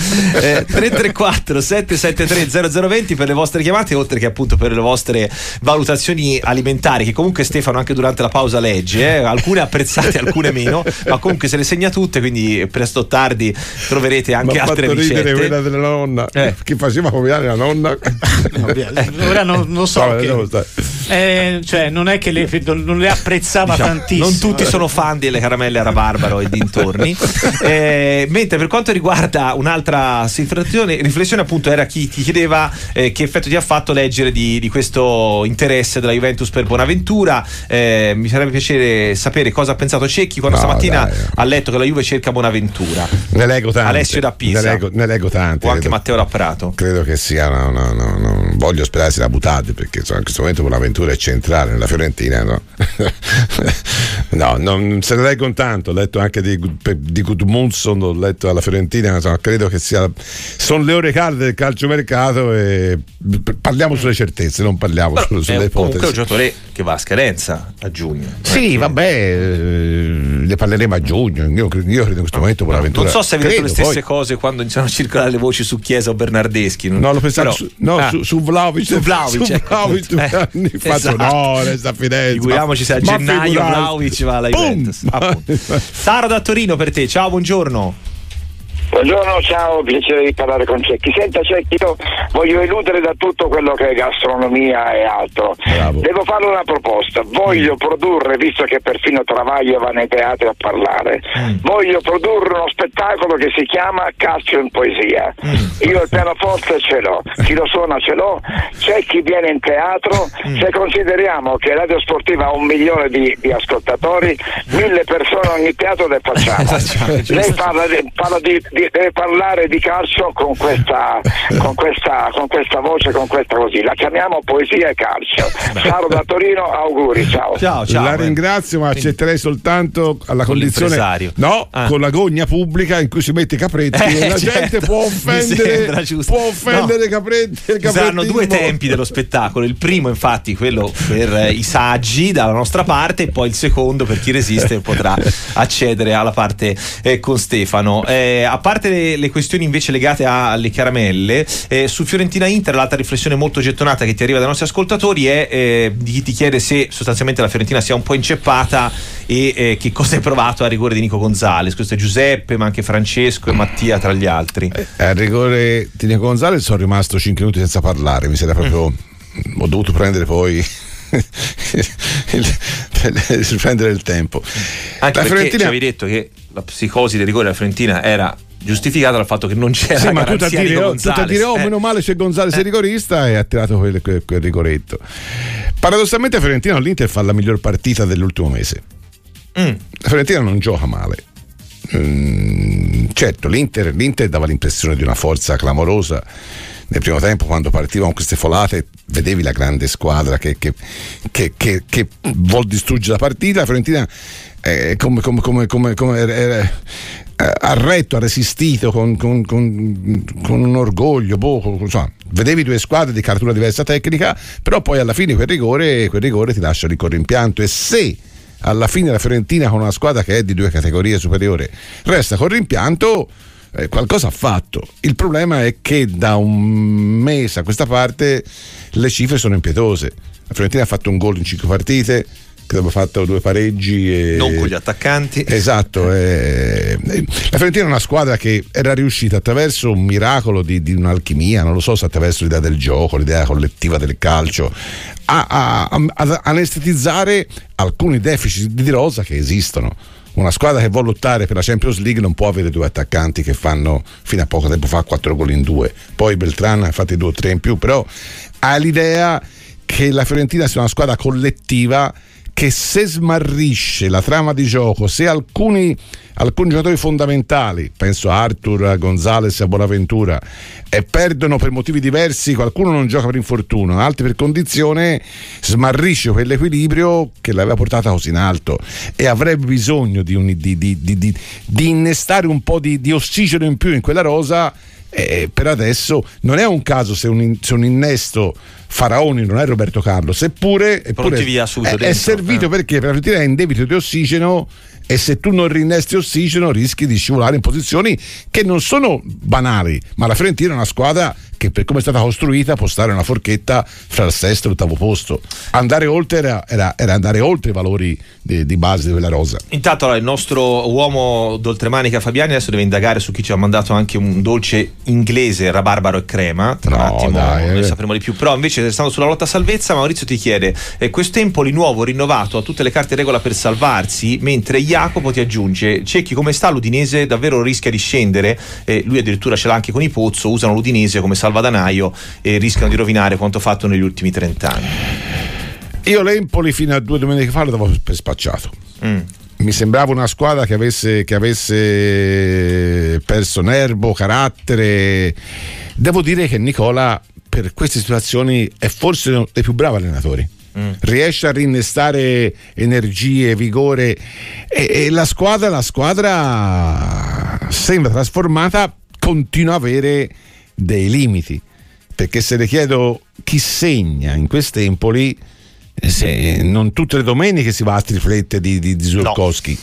334 773 0020 per le vostre chiamate, oltre che appunto per le vostre valutazioni alimentari, che comunque Stefano anche durante la pausa legge, alcune apprezzate, alcune meno, ma comunque se le segna tutte, quindi presto o tardi troverete anche altre ricette. Quella della nonna che faceva copiare la nonna. Ora non non lo so. Cioè, non è che non le apprezzava tantissimo. Non tutti sono fan delle caramelle a rabarbaro e dintorni. Mentre per quanto riguarda un'altra riflessione, appunto, era chi ti chiedeva che effetto ti ha fatto leggere di questo interesse della Juventus per Bonaventura. Mi sarebbe piacere sapere cosa ha pensato Cecchi quando stamattina ha letto che la Juve cerca Bonaventura. Ne leggo tante. Alessio da Pisa. Ne leggo tante. O anche Matteo Rapprato. Credo che sia non voglio sperare sia buttati, perché insomma, in questo momento Bonaventura è centrale nella Fiorentina, no? No, non se ne leggo tanto. Ho letto anche di Gudmundsson, ho letto alla Fiorentina, insomma, credo che sono le ore calde del calciomercato e parliamo sulle certezze, non parliamo sulle ipotesi. Comunque è un giocatore che va a scadenza a giugno. Sì, vabbè, ne parleremo a giugno. Io credo in questo momento Bonaventura. Non so se avete le stesse cose quando iniziano a circolare le voci su Chiesa o Bernardeschi. No, lo pensavo su Vlahovic. Su Vlahovic, anni fa. No, resta finendo. Figuriamoci se a gennaio Vlahovic va alla Juventus. Saro da Torino per te, ciao, buongiorno. Buongiorno, ciao, piacere di parlare con Cecchi. Senta Cecchi, io voglio eludere da tutto quello che è gastronomia e altro. Bravo. Devo fare una proposta, voglio produrre, visto che perfino Travaglio va nei teatri a parlare, voglio produrre uno spettacolo che si chiama Calcio in Poesia. Io il pianoforte ce l'ho, chi lo suona ce l'ho, Cecchi viene in teatro, se consideriamo che Radio Sportiva ha 1 milione di ascoltatori, 1000 persone ogni teatro le facciamo. Lei parla deve parlare di calcio con questa voce, con questa così. La chiamiamo Poesia e Calcio. Saro da Torino, auguri, ciao. Ciao. La ringrazio, ma accetterei soltanto alla condizione con la gogna pubblica in cui si mette Capretti e la gente può offendere Capretti. Saranno 2 tempi dello spettacolo. Il primo, infatti, quello per i saggi dalla nostra parte, e poi il secondo per chi resiste potrà accedere alla parte con Stefano. A parte le questioni invece legate alle caramelle, su Fiorentina Inter l'altra riflessione molto gettonata che ti arriva dai nostri ascoltatori è di chi ti chiede se sostanzialmente la Fiorentina sia un po' inceppata e che cosa hai provato a rigore di Nico Gonzalez. Questo è Giuseppe, ma anche Francesco e Mattia tra gli altri. A rigore di Nico Gonzalez sono rimasto 5 minuti senza parlare, mi sembra proprio ho dovuto prendere poi prendere il tempo. Anche la Fiorentina ci avevi detto che la psicosi del rigore della Fiorentina era giustificata dal fatto che non c'era garanzia di Gonzalez. Tutto a dire meno male c'è Gonzalez è rigorista, e ha tirato quel rigoretto. Paradossalmente la Fiorentina all'Inter fa la miglior partita dell'ultimo mese. La Fiorentina non gioca male. Certo, l'Inter dava l'impressione di una forza clamorosa nel primo tempo, quando partivano queste folate vedevi la grande squadra che vuol distruggere la partita. La Fiorentina ha retto, ha resistito con un orgoglio insomma, vedevi 2 squadre di caratura diversa tecnica, però poi alla fine quel rigore ti lascia lì con rimpianto. E se alla fine la Fiorentina, con una squadra che è di 2 categorie superiore, resta con rimpianto, qualcosa ha fatto. Il problema è che da un mese a questa parte le cifre sono impietose. La Fiorentina ha fatto un gol in 5 partite, credo abbia fatto 2 pareggi non con gli attaccanti. Esatto. La Fiorentina è una squadra che era riuscita attraverso un miracolo di un'alchimia, non lo so se attraverso l'idea del gioco, l'idea collettiva del calcio, ad anestetizzare alcuni deficit di rosa che esistono. Una squadra che vuole lottare per la Champions League non può avere 2 attaccanti che fanno fino a poco tempo fa 4 gol in 2, poi Beltrán ha fatto 2 o 3 in più, però ha l'idea che la Fiorentina sia una squadra collettiva che, se smarrisce la trama di gioco, se alcuni giocatori fondamentali, penso a Arthur, a Gonzalez e a Bonaventura, perdono per motivi diversi, qualcuno non gioca per infortunio, altri per condizione, smarrisce quell'equilibrio che l'aveva portata così in alto, e avrebbe bisogno di innestare un po' di ossigeno in più in quella rosa. Per adesso non è un caso se un innesto Faraoni non è Roberto Carlos, eppure è servito perché per la Fiorentina è in debito di ossigeno, e se tu non rinnesti ossigeno rischi di scivolare in posizioni che non sono banali, ma la Fiorentina è una squadra che per come è stata costruita può stare una forchetta fra il sesto e l'ottavo posto. Andare oltre era andare oltre i valori di base di quella rosa. Intanto il nostro uomo d'oltremanica Fabiani adesso deve indagare su chi ci ha mandato anche un dolce inglese, rabarbaro e crema. Tra un attimo ne sapremo di più. Però invece, restando sulla lotta salvezza, Maurizio ti chiede questo Empoli nuovo rinnovato ha tutte le carte in regola per salvarsi, mentre Jacopo ti aggiunge: Cecchi, come sta l'Udinese? Davvero rischia di scendere? Lui addirittura ce l'ha anche con i Pozzo, usano l'Udinese come salvadanaio e rischiano di rovinare quanto fatto negli ultimi 30 anni. Io l'Empoli fino a 2 domeniche fa lo davo per spacciato. Mi sembrava una squadra che avesse perso nervo, carattere. Devo dire che Nicola per queste situazioni è forse uno dei più bravi allenatori. Riesce a rinnestare energie, vigore e la squadra sembra trasformata, continua a avere dei limiti, perché se le chiedo chi segna in quest'Empoli, non tutte le domeniche si va a triplette di Zurkowski.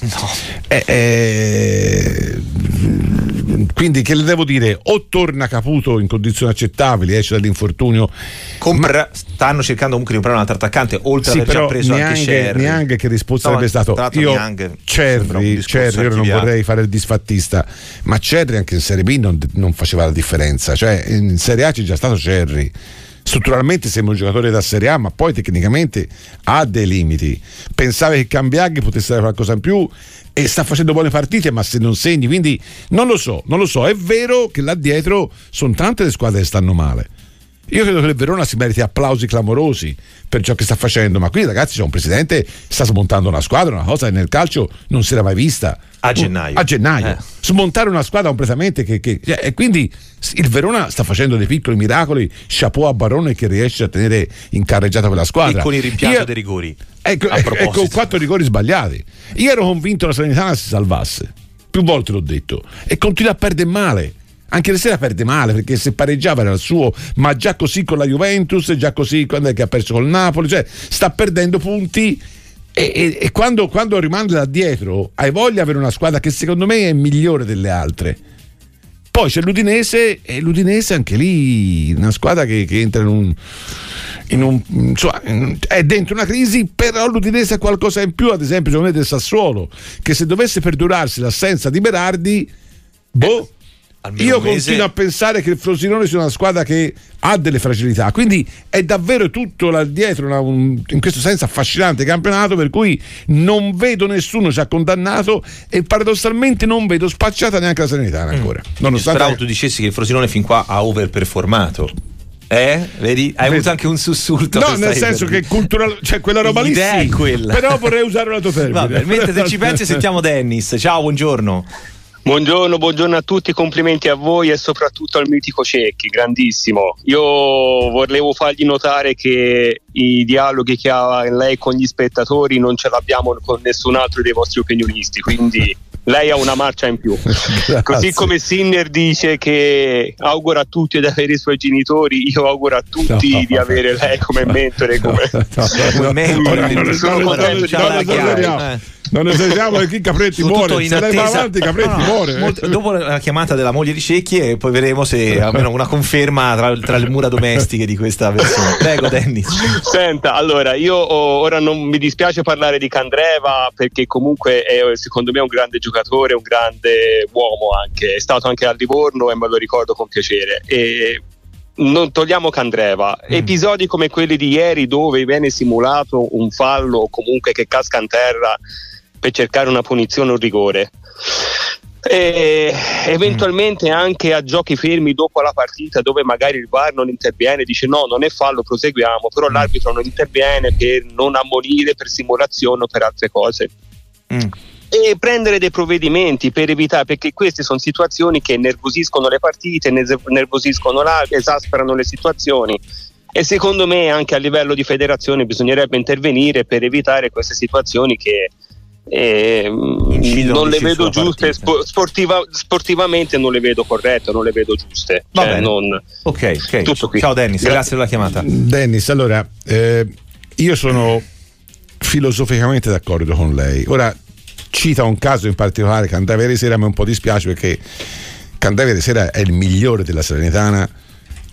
Quindi che le devo dire? O torna Caputo in condizioni accettabili, esce dall'infortunio, stanno cercando comunque di comprare un altro attaccante, oltre ad aver già preso anche Cherry. Neanche che risposta sarebbe stato Cherry, io non vorrei fare il disfattista, ma Cherry anche in Serie B non faceva la differenza, cioè in Serie A c'è già stato Cherry. Strutturalmente sembra un giocatore da Serie A, ma poi tecnicamente ha dei limiti. Pensava che Cambiaghi potesse dare qualcosa in più e sta facendo buone partite, ma se non segni, quindi non lo so. È vero che là dietro sono tante le squadre che stanno male. Io credo che il Verona si meriti applausi clamorosi per ciò che sta facendo, ma qui ragazzi c'è un presidente che sta smontando una squadra, una cosa che nel calcio non si era mai vista a gennaio. Smontare una squadra completamente e quindi il Verona sta facendo dei piccoli miracoli. Chapeau a Barone che riesce a tenere in carreggiata quella squadra e con il rimpianto dei rigori e con 4 rigori sbagliati. Io ero convinto che la Salernitana si salvasse, più volte l'ho detto, e continua a perdere male. Anche la sera perde male, perché se pareggiava era il suo, ma già così con la Juventus, già così quando è che ha perso col Napoli, cioè sta perdendo punti e quando rimandi da dietro hai voglia di avere una squadra che secondo me è migliore delle altre. Poi c'è l'Udinese, e l'Udinese anche lì una squadra che entra è dentro una crisi, però l'Udinese ha qualcosa in più, ad esempio secondo me del Sassuolo, che se dovesse perdurarsi l'assenza di Berardi, io continuo a pensare che il Frosinone sia una squadra che ha delle fragilità, quindi è davvero tutto là dietro in questo senso affascinante campionato, per cui non vedo nessuno ci ha condannato e paradossalmente non vedo spacciata neanche la Salernitana ancora. Speravo tu dicessi che il Frosinone fin qua ha overperformato. Vedi? Hai avuto anche un sussulto. No, nel senso che culturale, cioè quella roba lì l'idea è quella. Però vorrei usare un altro termine. Vabbè, mentre se ci pensi sentiamo Dennis. Ciao, buongiorno. Buongiorno a tutti, complimenti a voi e soprattutto al mitico Cecchi, grandissimo. Io volevo fargli notare che i dialoghi che ha lei con gli spettatori non ce l'abbiamo con nessun altro dei vostri opinionisti, quindi lei ha una marcia in più. Così come Sinner dice che augura a tutti di avere i suoi genitori, io auguro a tutti di avere lei come mentore. Sono contento di non esageriamo che Capretti muore, se lei va avanti Capretti muore. Dopo la chiamata della moglie di Cecchi e poi vedremo se almeno una conferma tra le mura domestiche di questa versione. Prego Dennis. Senta, allora io ora non mi dispiace parlare di Candreva perché comunque è secondo me un grande giocatore, un grande uomo anche, è stato anche al Livorno e me lo ricordo con piacere. E non togliamo Candreva, episodi come quelli di ieri dove viene simulato un fallo o comunque che casca in terra per cercare una punizione o un rigore, e eventualmente anche a giochi fermi dopo la partita dove magari il VAR non interviene, dice no, non è fallo, proseguiamo, però l'arbitro non interviene per non ammonire, per simulazione o per altre cose. E prendere dei provvedimenti per evitare, perché queste sono situazioni che nervosiscono le partite, nervosiscono esasperano le situazioni, e secondo me anche a livello di federazione bisognerebbe intervenire per evitare queste situazioni che non le vedo giuste, sportivamente non le vedo corrette, non le vedo giuste. Ok. Tutto qui. Ciao Dennis, grazie della chiamata. Dennis, allora io sono filosoficamente d'accordo con lei. Ora cita un caso in particolare, Candreva ieri sera, mi un po' dispiace perché Candreva ieri sera è il migliore della Salernitana,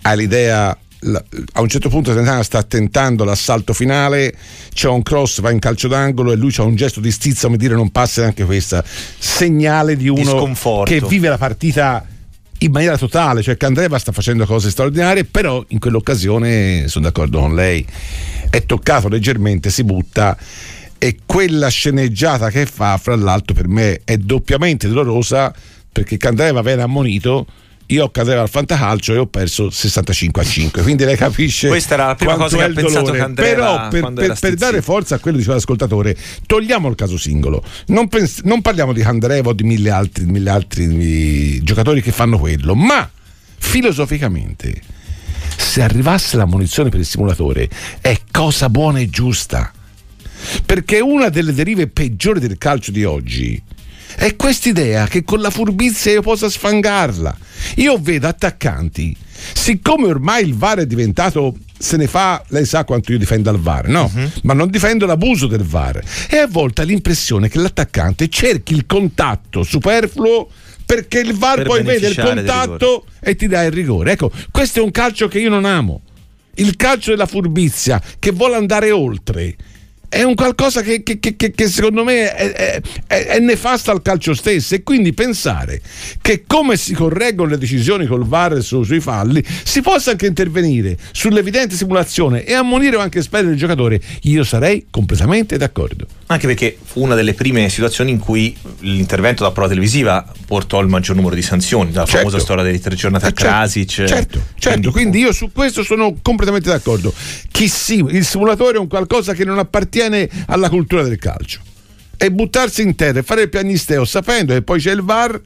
hai l'idea. A un certo punto Salernitana sta tentando l'assalto finale, c'è un cross, va in calcio d'angolo e lui c'ha un gesto di stizza, come dire non passa neanche questa, segnale di uno che vive la partita in maniera totale, cioè Candreva sta facendo cose straordinarie, però in quell'occasione sono d'accordo con lei, è toccato leggermente, si butta, e quella sceneggiata che fa, fra l'altro, per me è doppiamente dolorosa, perché Candreva viene ammonito. Io ho Candreva al fantacalcio e ho perso 65-5, quindi lei capisce. Questa era la prima cosa che ha pensato Candreva. Però per dare forza a quello che diceva l'ascoltatore, togliamo il caso singolo, non parliamo di Candreva o di mille altri giocatori che fanno quello, ma filosoficamente, se arrivasse la munizione per il simulatore, è cosa buona e giusta, perché una delle derive peggiori del calcio di oggi è quest'idea che con la furbizia io possa sfangarla. Io vedo attaccanti, siccome ormai il VAR è diventato, se ne fa, lei sa quanto io difendo il VAR, no? Ma non difendo l'abuso del VAR, e a volte ha l'impressione che l'attaccante cerchi il contatto superfluo perché il VAR poi vede il contatto e ti dà il rigore. Ecco, questo è un calcio che io non amo, il calcio della furbizia che vuole andare oltre. È un qualcosa che secondo me è nefasto al calcio stesso, e quindi pensare che, come si correggono le decisioni col VAR sui falli, si possa anche intervenire sull'evidente simulazione e ammonire o anche espellere il giocatore, io sarei completamente d'accordo. Anche perché fu una delle prime situazioni in cui l'intervento da prova televisiva portò il maggior numero di sanzioni, la famosa storia delle 3 giornate a Krasic. Certo, quindi io su questo sono completamente d'accordo. Il simulatore è un qualcosa che non appartiene alla cultura del calcio, e buttarsi in terra e fare il piagnisteo sapendo che poi c'è il VAR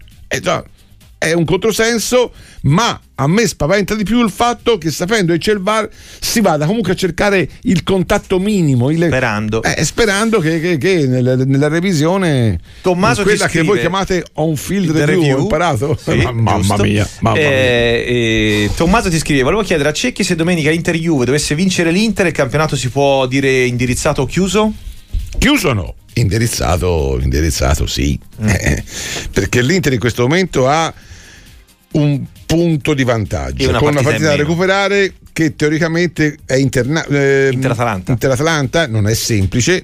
è un controsenso, ma a me spaventa di più il fatto che, sapendo che c'è il VAR, si vada comunque a cercare il contatto minimo, sperando che nella revisione, Tommaso, quella che voi chiamate on-field review, ho imparato? Sì, mamma mia. Tommaso ti scrive: volevo chiedere a Cecchi se domenica Inter-Juve dovesse vincere l'Inter, il campionato si può dire indirizzato o chiuso? Chiuso no, indirizzato sì, perché l'Inter in questo momento ha un punto di vantaggio, con una partita da recuperare che teoricamente è Inter-Atalanta. Non è semplice,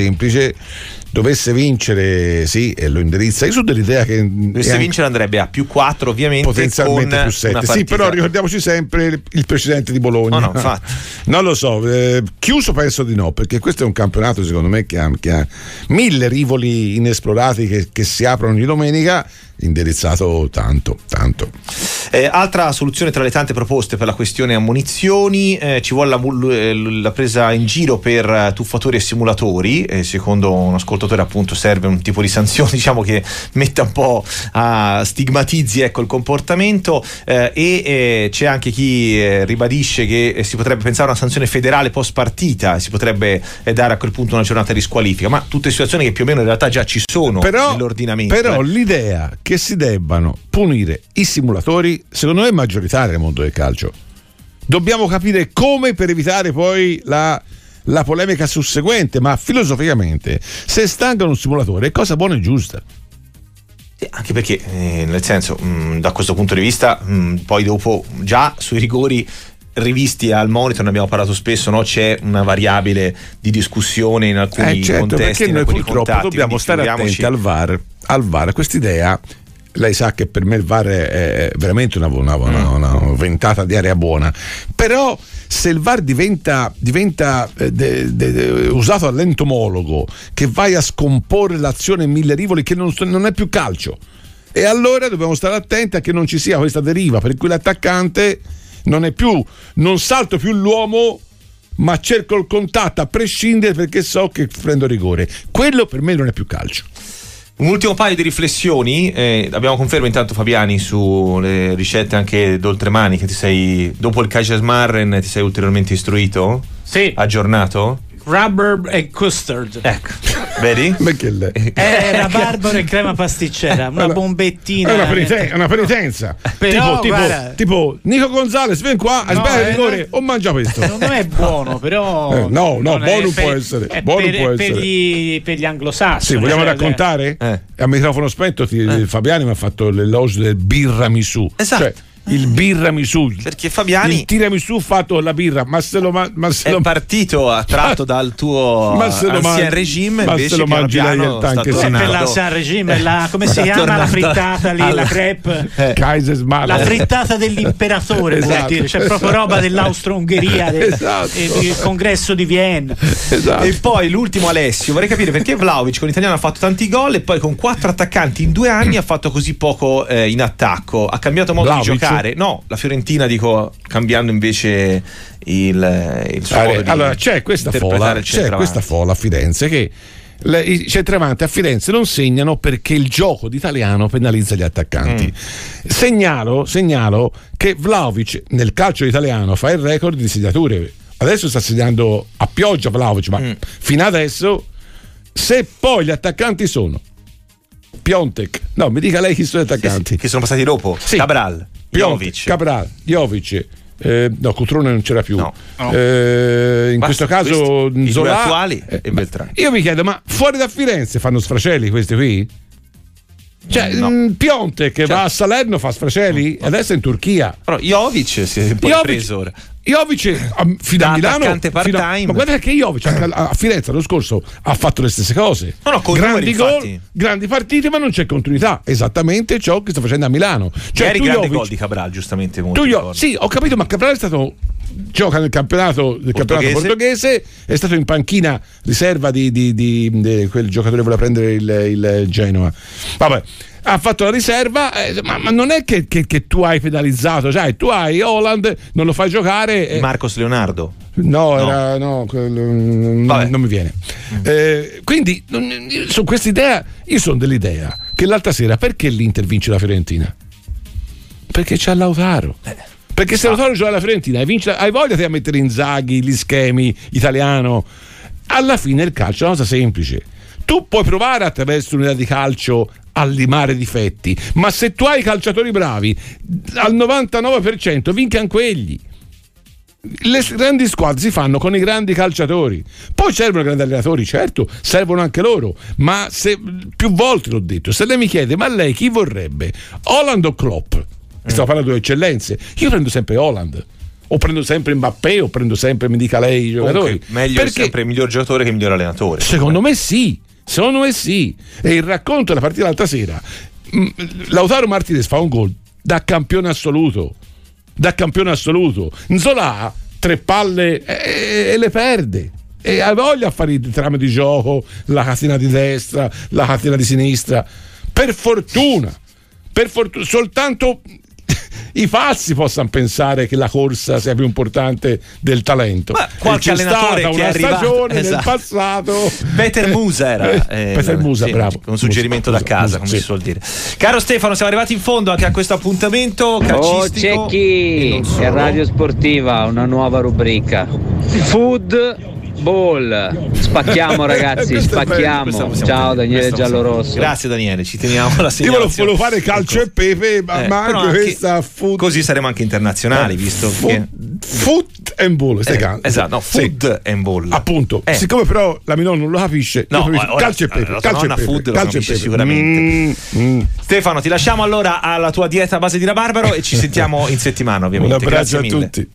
dovesse vincere e lo indirizza. Io sono dell'idea che dovesse vincere andrebbe a +4 ovviamente, potenzialmente con +7, sì, però ricordiamoci sempre il precedente di Bologna. No, infatti. Non lo so, chiuso penso di no, perché questo è un campionato secondo me che ha 1000 rivoli inesplorati che si aprono ogni domenica, indirizzato tanto. Altra soluzione tra le tante proposte per la questione ammonizioni, ci vuole la presa in giro per tuffatori e simulatori, secondo un ascoltatore appunto serve un tipo di sanzione, diciamo, che metta un po' stigmatizzi il comportamento, e c'è anche chi ribadisce che si potrebbe pensare a una sanzione federale post partita, si potrebbe dare a quel punto una giornata di squalifica, ma tutte situazioni che più o meno in realtà già ci sono nell'ordinamento. Però l'idea che si debbano punire i simulatori secondo me è maggioritaria nel mondo del calcio. Dobbiamo capire come, per evitare poi la polemica susseguente, ma filosoficamente, se stangano un simulatore è cosa buona e giusta. Anche perché nel senso, da questo punto di vista, poi dopo già sui rigori rivisti al monitor, ne abbiamo parlato spesso, no? C'è una variabile di discussione in alcuni contesti, perché noi purtroppo dobbiamo stare attenti al VAR, quest'idea. Lei sa che per me il VAR è veramente una ventata di aria buona, però se il VAR diventa usato all'entomologo, che vai a scomporre l'azione in 1000 rivoli, che non è più calcio, e allora dobbiamo stare attenti a che non ci sia questa deriva per cui l'attaccante non salto più l'uomo, ma cerco il contatto a prescindere perché so che prendo rigore. Quello per me non è più calcio. Un ultimo paio di riflessioni, abbiamo conferma intanto Fabiani sulle ricette anche d'oltremani, che dopo il Kaiserschmarren ti sei ulteriormente istruito? Sì. Aggiornato? Rubber e custard. Ecco, vedi? Rabarbaro e crema pasticcera, una bombettina. È una penitenza. Però, tipo Nico Gonzalez, vieni qua, aspetta il rigore o mangia questo. Secondo me è buono, però no, buono può essere. Per gli anglosassoni. Sì, vogliamo raccontare? A microfono spento Fabiani mi ha fatto l'elogio del birramisù. Esatto. Cioè, il birramisù. Perché Fabiani il tiramisù fatto con la birra, ma se lo è partito attratto dal tuo ancien regime, ma invece se lo mangi lei anche per l'ancien regime, come si chiama la frittata lì, la crepe, Kaisersmark, la frittata dell'imperatore, esatto. Dire, c'è proprio roba dell'Austro-Ungheria, esatto. Il congresso di Vienna, esatto. E poi l'ultimo, Alessio, vorrei capire perché Vlahovic con l'italiano ha fatto tanti gol e poi con 4 attaccanti in 2 anni ha fatto così poco in attacco, ha cambiato modo di giocare. No, la Fiorentina, dico, cambiando invece il suo modo di allora c'è questa folla a Firenze che i centravanti a Firenze non segnano perché il gioco d'italiano penalizza gli attaccanti. Segnalo che Vlahovic nel calcio italiano fa il record di segnature. Adesso sta segnando a pioggia Vlahovic, ma fino adesso, se poi gli attaccanti sono Piontek, no, mi dica lei chi sono gli attaccanti. Sì, che sono passati dopo. Sì. Cabral, Jovic, no, Cutrone non c'era più. No. In questo caso i Zola, due attuali e Beltrán. Io mi chiedo, ma fuori da Firenze fanno sfracelli questi qui? Cioè, Piontek che va a Salerno fa sfracelli, adesso è in Turchia. Però Jovic si è preso ora. Jovic fino a Milano, ma guarda che Jovic a Firenze l'anno scorso ha fatto le stesse cose. Grandi gol, grandi partite, ma non c'è continuità. Esattamente ciò che sta facendo a Milano. Cioè, ieri grande gol di Cabral, giustamente. Sì, ho capito, ma Cabral è stato gioca nel campionato portoghese, è stato in panchina riserva di quel giocatore che voleva prendere il Genoa. Vabbè, ha fatto la riserva, ma non è che tu hai penalizzato, cioè tu hai Haaland, non lo fai giocare. Marcos Leonardo? Non mi viene. Quindi su questa idea, io sono dell'idea che l'altra sera, perché l'Inter vince la Fiorentina? Perché c'è Lautaro. Perché se Lautaro gioca alla Fiorentina hai voglia di mettere Inzaghi, gli schemi italiano. Alla fine il calcio è una cosa semplice. Tu puoi provare attraverso un'idea di calcio a limare difetti, ma se tu hai calciatori bravi al 99% vincono quelli. Le grandi squadre si fanno con i grandi calciatori, poi servono grandi allenatori, certo, servono anche loro, ma se più volte l'ho detto, se lei mi chiede ma lei chi vorrebbe, Haaland o Klopp? Stiamo parlando di eccellenze, io prendo sempre Haaland, o prendo sempre Mbappé, o prendo sempre, mi dica lei, i giocatori. Meglio è sempre il miglior giocatore che il miglior allenatore. Secondo me sì. E il racconto della partita l'altra sera, Lautaro Martinez fa un gol da campione assoluto. Zola 3 palle e le perde, e ha voglia a fare i trame di gioco, la catena di destra, la catena di sinistra. Per fortuna soltanto i falsi possano pensare che la corsa sia più importante del talento. Ma qualche allenatore stata una stagione nel passato. Peter Musa era Peter Musa, bravo. Un suggerimento da casa, come si suol dire. Caro Stefano, siamo arrivati in fondo anche a questo appuntamento calcistico. Oh, c'è chi è Radio Sportiva, una nuova rubrica. Food Ball. Spacchiamo ragazzi, spacchiamo. Ciao Daniele Giallorosso. Grazie Daniele, ci teniamo la segnalazione. Io volevo fare calcio e pepe, ma anche questa food. Così saremo anche internazionali, visto che food and ball, esatto, food and ball. Appunto, siccome però la Milano non lo capisce, calcio e pepe, calcio e pepe, calcio e pepe sicuramente. Stefano, ti lasciamo allora alla tua dieta a base di rabarbaro e ci sentiamo in settimana, ovviamente. Un abbraccio a tutti.